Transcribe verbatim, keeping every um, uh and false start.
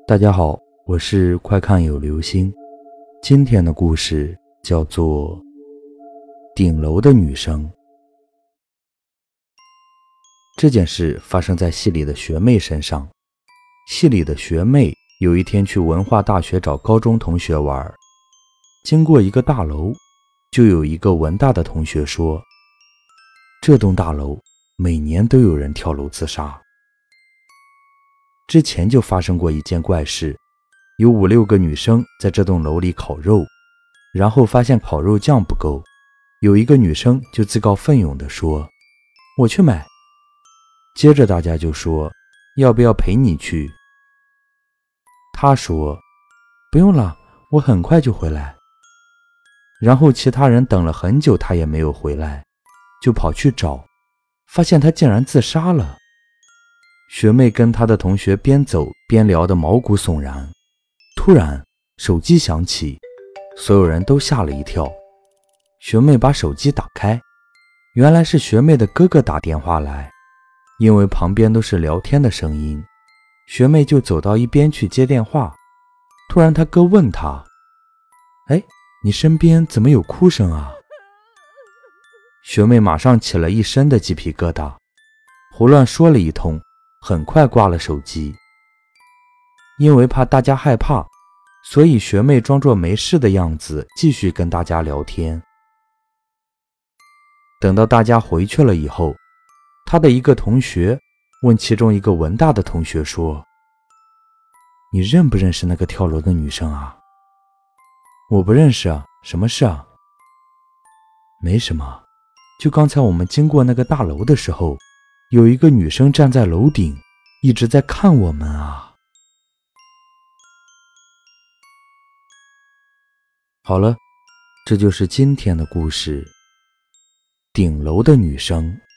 大家好，我是快看有流星。今天的故事叫做顶楼的女生。这件事发生在系里的学妹身上。系里的学妹有一天去文化大学找高中同学玩，经过一个大楼，就有一个文大的同学说，这栋大楼每年都有人跳楼自杀。之前就发生过一件怪事，有五六个女生在这栋楼里烤肉，然后发现烤肉酱不够，有一个女生就自告奋勇地说，我去买。接着大家就说，要不要陪你去？她说，不用了，我很快就回来。然后其他人等了很久，她也没有回来，就跑去找，发现她竟然自杀了。学妹跟她的同学边走边聊得毛骨悚然，突然手机响起，所有人都吓了一跳。学妹把手机打开，原来是学妹的哥哥打电话来，因为旁边都是聊天的声音，学妹就走到一边去接电话。突然她哥问她，哎，你身边怎么有哭声啊？学妹马上起了一身的鸡皮疙瘩，胡乱说了一通，很快挂了手机。因为怕大家害怕，所以学妹装作没事的样子继续跟大家聊天。等到大家回去了以后，她的一个同学问其中一个文大的同学说，你认不认识那个跳楼的女生啊？我不认识啊，什么事啊？没什么，就刚才我们经过那个大楼的时候，有一个女生站在楼顶，一直在看我们啊。好了，这就是今天的故事，顶楼的女生。